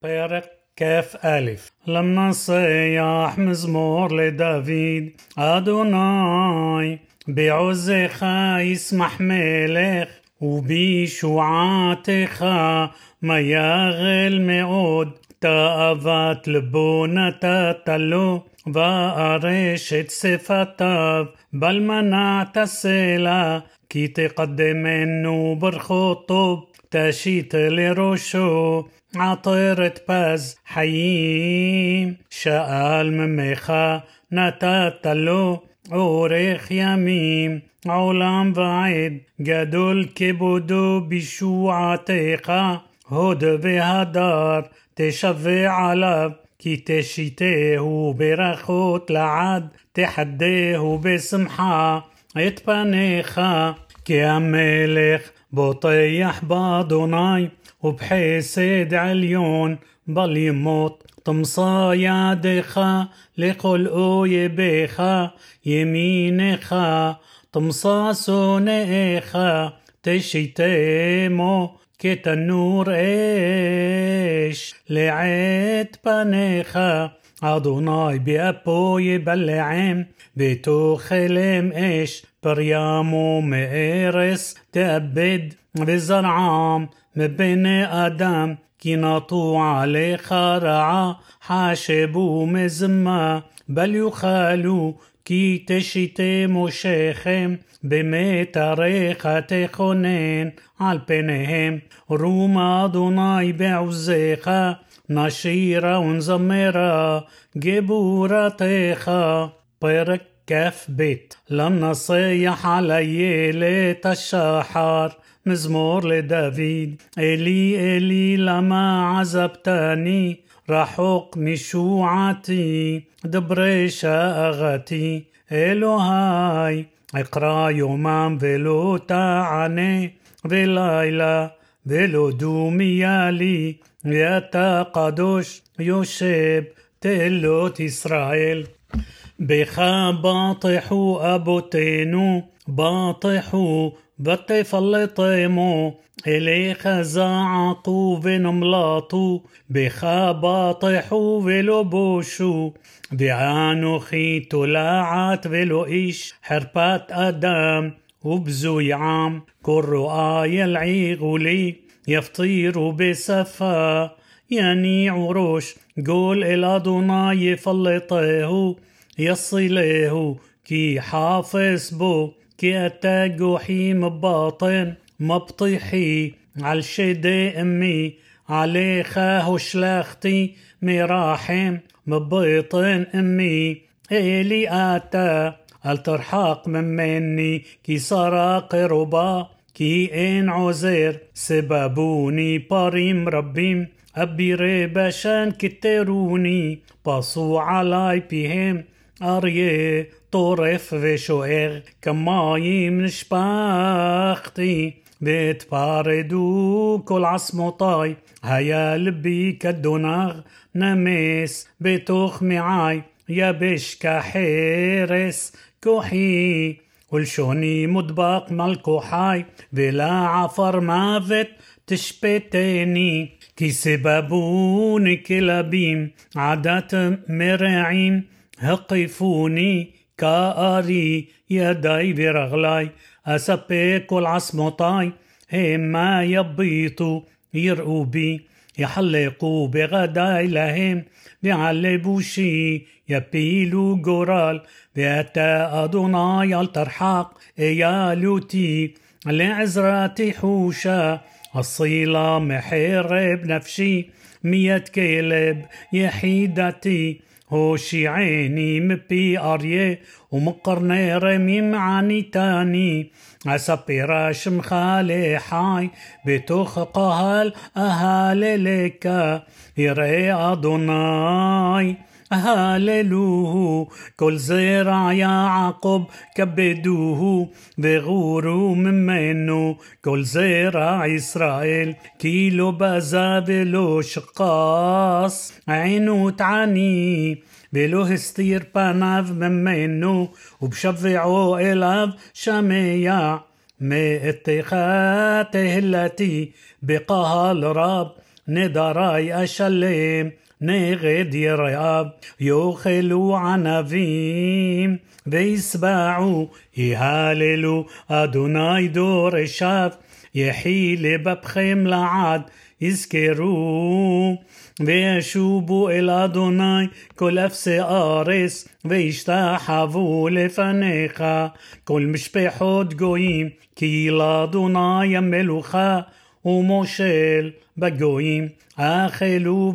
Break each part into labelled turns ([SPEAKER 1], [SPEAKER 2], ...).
[SPEAKER 1] פרק כ"א. למנסח מזמור לדוד. אדוני בעוזך ישמח מלך, ובישועתך מייגל מאוד. תאוות לבו נתת לו, וארשת שפתיו בל מנעת סלע. כי תקדמנו ברכות טוב, תשית לראשו עטרת פז חיים. שאל ממך נתת לו אורך ימים, עולם ועד. גדול כבודו בישועתך, הוד והדר תשבע עליו. כי תשיתהו ברכות לעד, תחדהו בשמחה את פניך. כי המלך בוטח באדוני, ובחסד עליון בל ימות. תמסא ידך לכל אויביך, ימינך תמסא שונאיך. תשיתמו כתנור אש לעת פניך. אדוני באפו יבלעם, בתוכלם אש. פריימו מארץ תאבד, וזרעם מבני אדם. כי נטו עליך רעה, חשבו מזמה בל יאכלו. כי תשיתמו שכם, במטריך תכונן על פניהם. רום אדוני בעוזך, נשירה ונזמרה גבורתך. פרק כ"ב. למנסח על איילת השחר. מזמור לדוד. אלי אלי למה עזבתני, רחוק משועתי. דברי שאגתי אלוהי, אקרא יומם ולא תענה, ולילה ולא דומיה לי. ואתה קדוש יושב תהילות ישראל. בך בטחו אבותינו, בטחו ותפלטמו. אליך זעקו ונמלטו, בך בטחו ולא בושו. ואנוכי תולעת ולא איש, חרפת אדם ובזוי עם. כל רואי ילעיגו לי, יפטירו בשפה. יניעו ראש, גול אל אדוני יפלטהו, יصله כי חפש בו. כי אתה גוחים בבטן, מבטיחי על שדי אמי. עליך הושלכתי מרחם, מבטן אמי. אלי אתה אל תרחק ממני, כי שרה קרובה. כי אין עוזר, סבבוני פרים רבים. אבירי בשן כתרוני, פסו עלי פיהם. אריה טורף ושואר, כמים נשפכתי. והתפרדו כל עצמותי, היה לבי כדונג נמס בתוך מעי. יבש כחרס כוחי, ולשוני מודבק מלכוחי. ולעפר מוות תשפטני. כי סבבוני כלבים, עדת מרעים הקיפוני. כארי ידי ורגלי, אספק כל עצמותי. המה יביטו יראו בי, יחלקו בגדי להם. ועל לבושי יפילו גורל. ואתה אדוני אל תרחק, איילותי לעזרתי חושה. אצילה מחרב נפשי, מיד כלב יחידתי. הושיעני מפי אריה, ומקרני רמים עניתני. אספר שמך לחי, בתוך קהל אהללך. יראה אדוני הללוהו, כל זרע יעקב כבדוהו. וגורו ממנו כל זרע ישראל. כי לא בזה ולא שקס עינות עני, ולא הסתיר פניו ממנו. ובשבעו אליו שמע. מאתך תהלתי בקהל רב, נדרי אשלם, נגד יראיו יאכלו ענבים, וישבעו יהללו אדוני דורשיו, יחי לבבכם לעד יזכרו, וישובו אל אדוני כל אפסי ארץ, וישתחוו לפניך כל משפחות גויים, כי לאדוני המלוכה ומושל בגויים, אכלו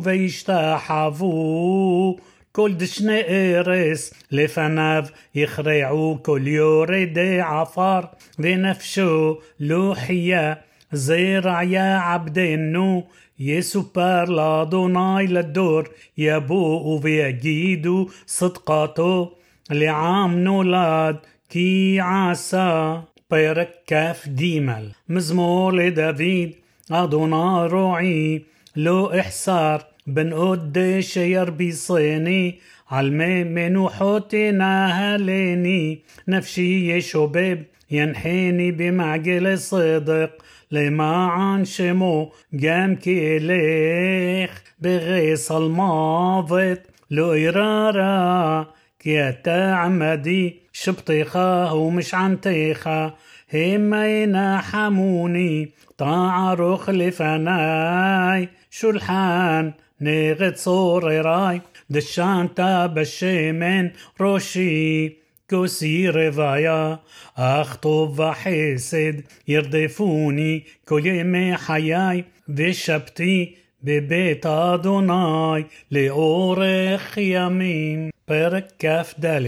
[SPEAKER 1] וישתחוו כל דשני ארץ, לפניו יכרעו כל יורדי עפר, ונפשו לא חיה, זרעיה עבדנו, יסופר לאדוני לדור, יבואו ויגידו צדקתו, לעם נולד כי עשה. פרק כ"ג. מזמור לדוד. אדוני רועי לא אחסר, בן עוד שירביסני, על מי מנוחותי נהלני, נפשי ישובב, ינחני במעגל צדק, למען שמו גם כי אלך בגס המוות, לא אירא רע, כי אתה עמדי, שבתך ומשענתך, המה ינחמוני, תערוך לפני, שולחן נגד צורריי, דשנת בשמן ראשי, כוסי רוויה, אך טוב וחסד ירדפוני כל ימי חיי, ושבתי בבית אדוני לאורך ימים. פרק כ"ד.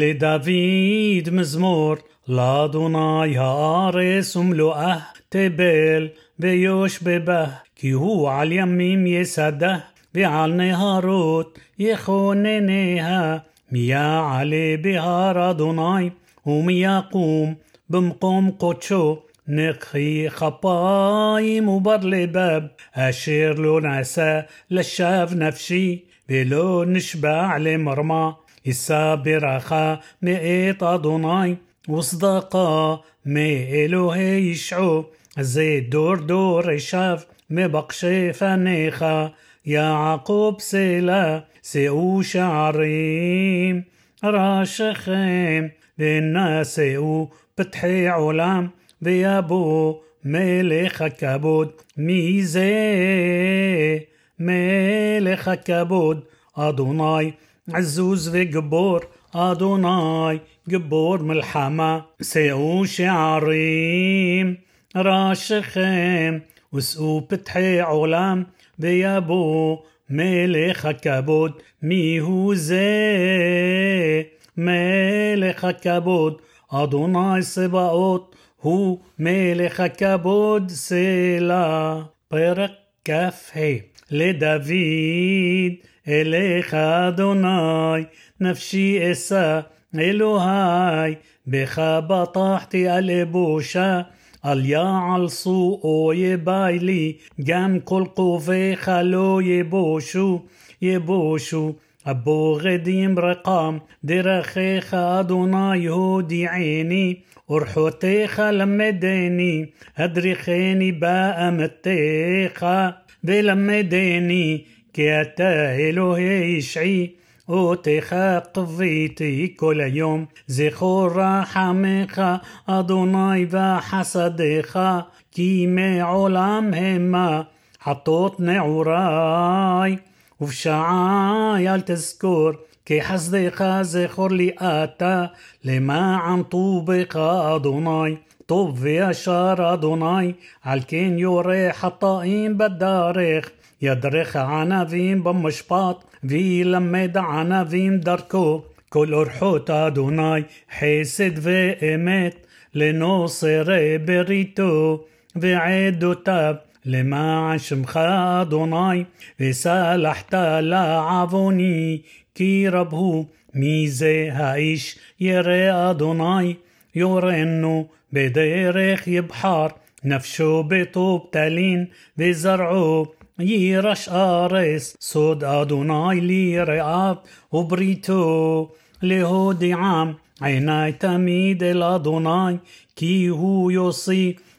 [SPEAKER 1] לדוד מזמור. לאדוני הארץ ומלואה תבל ויושבבה, כי הוא על ימים יסדה, ועל נהרות יכונניה. מי יעלה בהר אדוני, ומי יקום במקום קודשו, נקי כפיים ובר לבב, אשר לא נעשה לשווא נפשי, ולא נשבע למרמה. יישא ברכה מאת אדוני, וצדקה מאלוהי ישעו, זה דור דורשיו מבקשי פניך, יעקב סלע, שאו שערים ראשיכם, ונשאו פתחי עולם, ויבוא מלך הכבוד. מי זה מלך הכבוד? אדוני עזוז וגבור, אדוני גבור מלחמה. שאו שערים ראשיכם, ושאו פתחי עולם, ויבוא מלך הכבוד. מי הוא זה מלך הכבוד? אדוני צבאות הוא מלך הכבוד סלע. פרק כ"ה. לדוד. אליך אדוני נפשי אשא, אלוהי בך בטחתי על אבושה, אל יעלסו אויבי לי, גם כל קרוביך לא יבושו. הבוגדים רקם, דרכיך אדוני הודיעני, אורחותיך למדני, הדריכני באמתך ולמדני, כי אתה אלוהי ישעי, אותך קוויתי כל היום. זכור רחמך אדוני וחסדך, כי מעולם המה חטות נעוריי, ובשעי אל תזכור, כי חסדך זכור לי אתה, למען טובך אדוני. טוב וישר אדוני, על כן יורה חטאים בדרך, ידרך ענבים במשפט, וילמד ענבים דרכו. כל אורחות אדוני חסד ואמת, לנוסרי בריתו ועדותיו, למען שמך אדוני, וסלחת לעווני, כי רב הוא. מי זה האיש ירא אדוני? יורנו בדרך יבחר, נפשו בטוב תלין, וזרעו יירש ארץ. סוד אדוני ליראיו, ובריתו להודיעם. עיני תמיד אל אדוני, כי הוא יוסי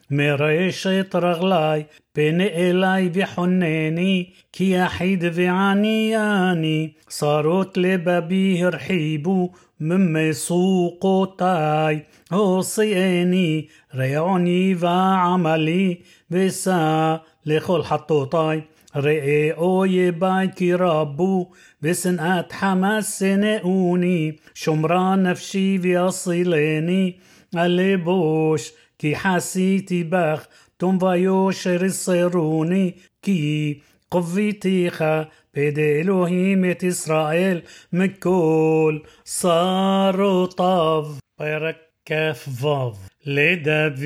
[SPEAKER 1] מרשת רגלי פנה אלי וחונני, כי יחיד ועני אני, שרות לבבי הרחיבו ממסוקותי. הוציאני רעוני ועמלי, ושא לכל חטאותי. ראה אויבי כי רבו, ושנאת חמאס שנאוני, שומרה נפשי ויצילני. הלבוש כי חסיתי בך, תום ויושר יסרוני, כי קוויתיך בידי אלוהים את ישראל מכל שרותיו. פרק כ"ו. לדוד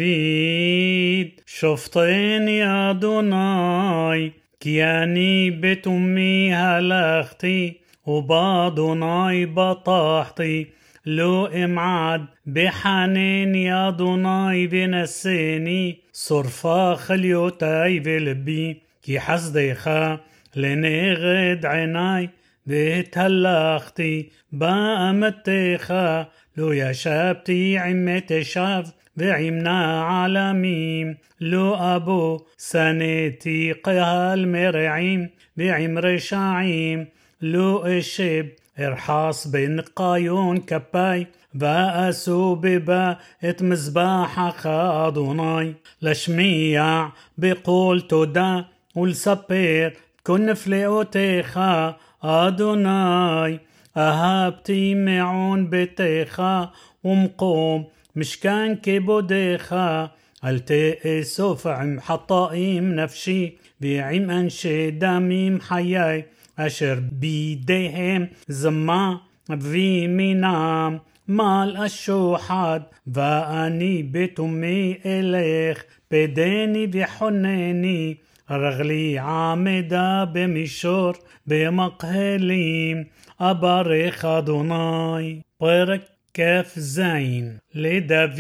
[SPEAKER 1] שופטני אדוני, כי אני בתומי הלכתי, ובאדוני בטחתי. לא אמעד בחנני אדוני ונשני, שורפה כליותי ולבי, כי חסדך לנגד עיני, והתהלכתי באמתך. לא ישבתי עם תשב ועם נעלמים, לא אבוא שנאתי קהל מרעים, ועם רשעים לא אשב. ארחס בנקיון כפי, ואסובב את מזבחך אדוני. לשמיע בקול תודה ולספר כל נפלאותיך אדוני. אהבתי מעון ביתך ומקום משכן כבודך. אל תאסוף עם חטאים נפשי, ועם אנשי דמים חיי, אשר בידיהם זמה וימינם מל השוחד. ואני בתומי אלך, פדני וחונני. רגלי עמדה במישור במקהלים, אברך אדוני. פרק כ"ז. לדוד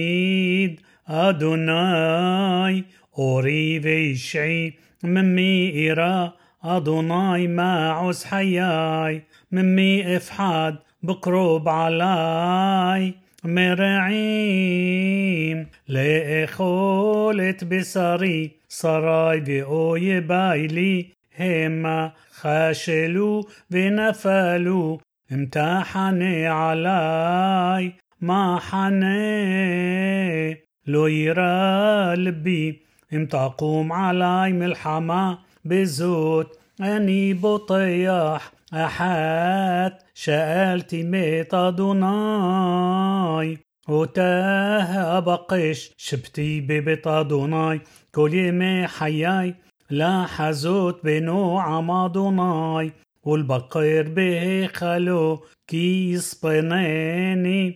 [SPEAKER 1] אדוני אורי וישעי, ממי אירא אדוני מעוז חיי. ממי אפחד בקרוב עלי, מרעים לאכול את בשרי. שרי ואויבי לי המה חשלו ונפלו, אמתחנה עלי מחנה. לא יירא לבי אם תקום עלי מלחמה, בזאת אני בוטח. אחת שאלתי מת אדוני, אותה אבקש. שבתי בבית אדוני כל ימי חיי, לחזות בנועם אדוני, ולבקר בהיכלו. כי יספנני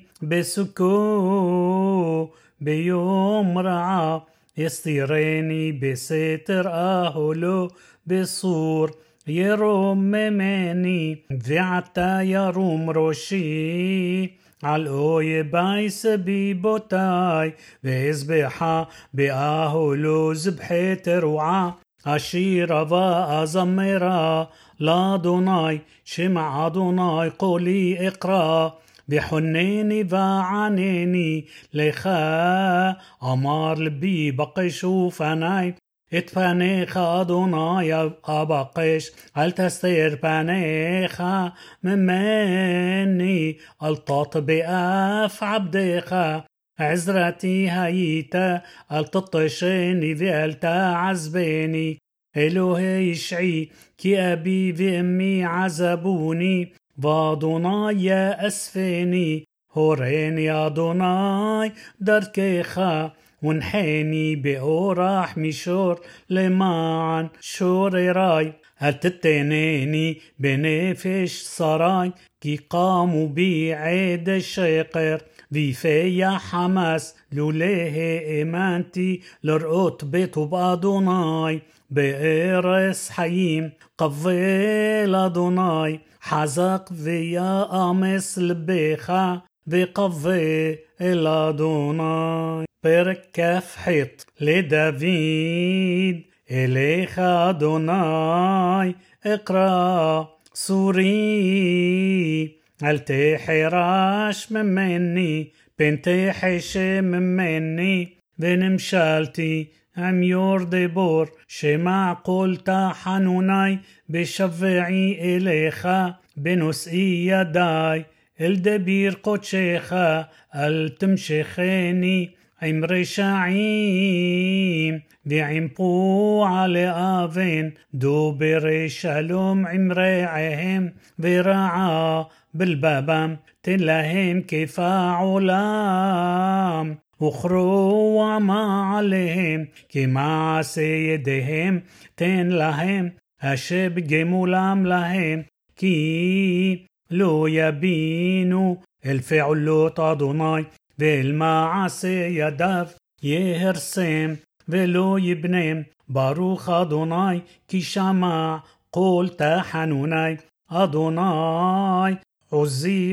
[SPEAKER 1] בסוכו, ביום רעה יסתירני בסתר אהלו. בסור ירום ממני, ועתה ירום ראשי על אויבי סביבותי. ואזבחה באהלו זבחי תרועה, אשירה ואזמרה לאדוני. שמע אדוני קולי אקרא, וחונני וענני לך. אמר לבי בקשו פני, את פניך אדוני אבקש. אל תסתיר פניך ממני, אל תטבע אף עבדך. עזרתי היית, אל תطشני ואל תעזבני. אלוהי ישעי, כי אבי ואמי עזבוני, ואדוני יאספני. הורני אדוני דרכך, ונחני באורח מישור למען שוררי. אל תתנני בנפש שרי, כי קמו בי עד שקר, ויפי חמאס. לולא האמנתי לראות בטוב אדוני, בארץ חיים. קבל אדוני חזק ויאמץ לבך, וקבל אדוני. פרק כ"ח. לדוד אליך אדוני אקרא, סורי אל תחרש ממני, פן תחשה ממני. ונמשלתי עם יורדי בור, שמע קול תחנוני בשבעי אליך, בנושאי ידי אל דביר קודשך, אל תמשכני עם רשעים ועם פועל אבן, דוברי שלום עם רעיהם ורעה בלבבם, תן להם כיפה עולם וכרוע מעליהם, כמעשה ידיהם תן להם, השב גמולם להם, כי לא יבינו אל פעולות אדוני ואל מעשה ידיו יהרסם ולא יבנם. ברוך אדוני כי שמע קול תחנוני, אדוני עוזי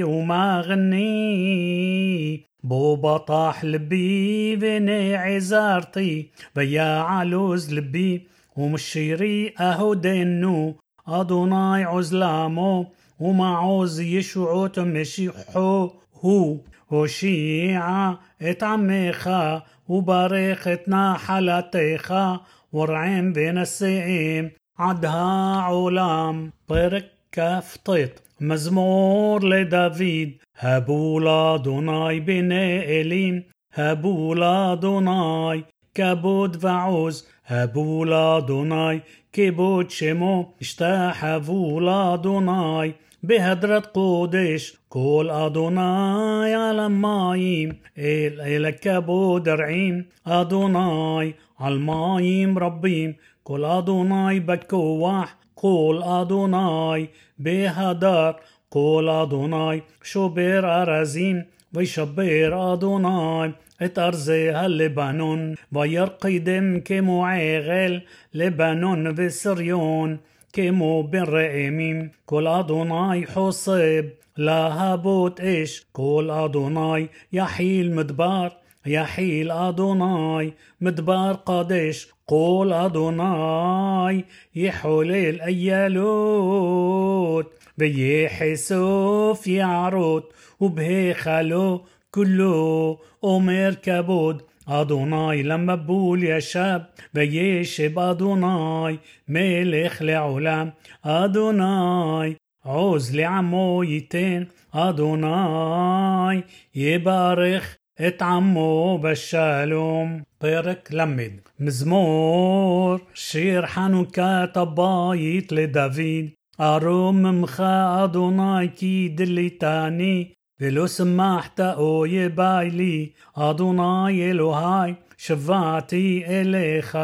[SPEAKER 1] ומגני, בו בטח לבי ונעזרתי, ויעלוז לבי ומשירי אהודנו, אדוני עוז למו ומעוז ישועות משיחו הוא, הושיע את עמך וברך את נחלתך, ורעם ונשאם עד העולם. פרק כ"ט. מזמור לדוד. הבו לאדוני בני אלים, הבו לאדוני כבוד ועוז, הבו לאדוני כבוד שמו, השתחוו לאדוני בהדרת קודש. כל אדוני על המים, אל הכבוד הרעים, אדוני על מים רבים. כל אדוני בכוח, כל אדוני בהדר, כל אדוני שובר ארזים, וישבר אדוני את ארזי הלבנון, וירקידם כמו עגל לבנון וסריון, כמו בן רעמים. כל אדוני חוסב להבות אש, כל אדוני יחיל מדבר, יחיל אדוני מדבר קדש. כל אדוני יחולל איילות, ויחשוף יערות, ובהיכלו כולו אומר כבוד. אדוני למבול ישב, וישב אדוני מלך לעולם. אדוני עוז לעמו ייתן, אדוני יברך את עמו בשלום. פרק למד. מזמור שיר חנוכת הבית לדוד. ארום ממך אדוני כי דליתני, ולא שמחת אויבי לי. אדוני אלוהי שבעתי אליך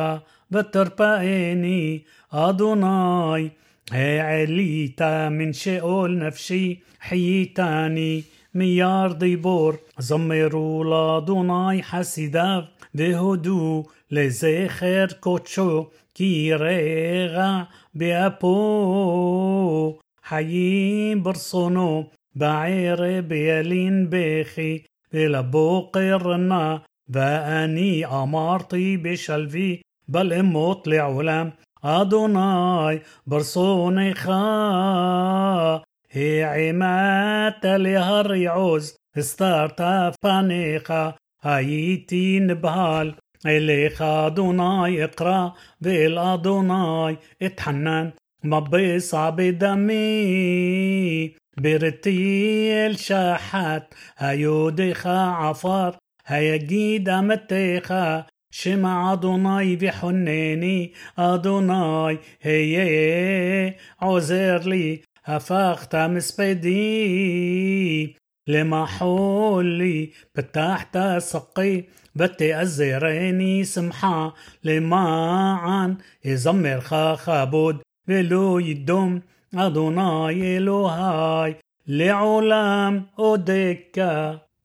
[SPEAKER 1] ותרפאני. אדוני העלית מן שאול נפשי, חייתני מירדי בור. זמרו לאדוני חסידיו, והודו לזכר קודשו, כי רגע באפו. חיים ברצונו, בערב ילין בכי, ולבוקר נע. ואני אמרתי בשלבי, בל אמות לעולם. אדוני ברצונך העמדת להרעוז, הסתרת פניך, הייתי נבהל. אליך אדוני אקרא, ואל אדוני אתחנן. מבצע בדמי ברתי אל שחת, היודך עפר, היגיד אמתך. שמע אדוני וחונני, אדוני היה עוזר לי. הפכת מספדי למחול לי, פתחת שקי ותעזרני שמחה. למען יזמרך כבוד ולא ידום, אדוני אלוהי לעולם אודקה.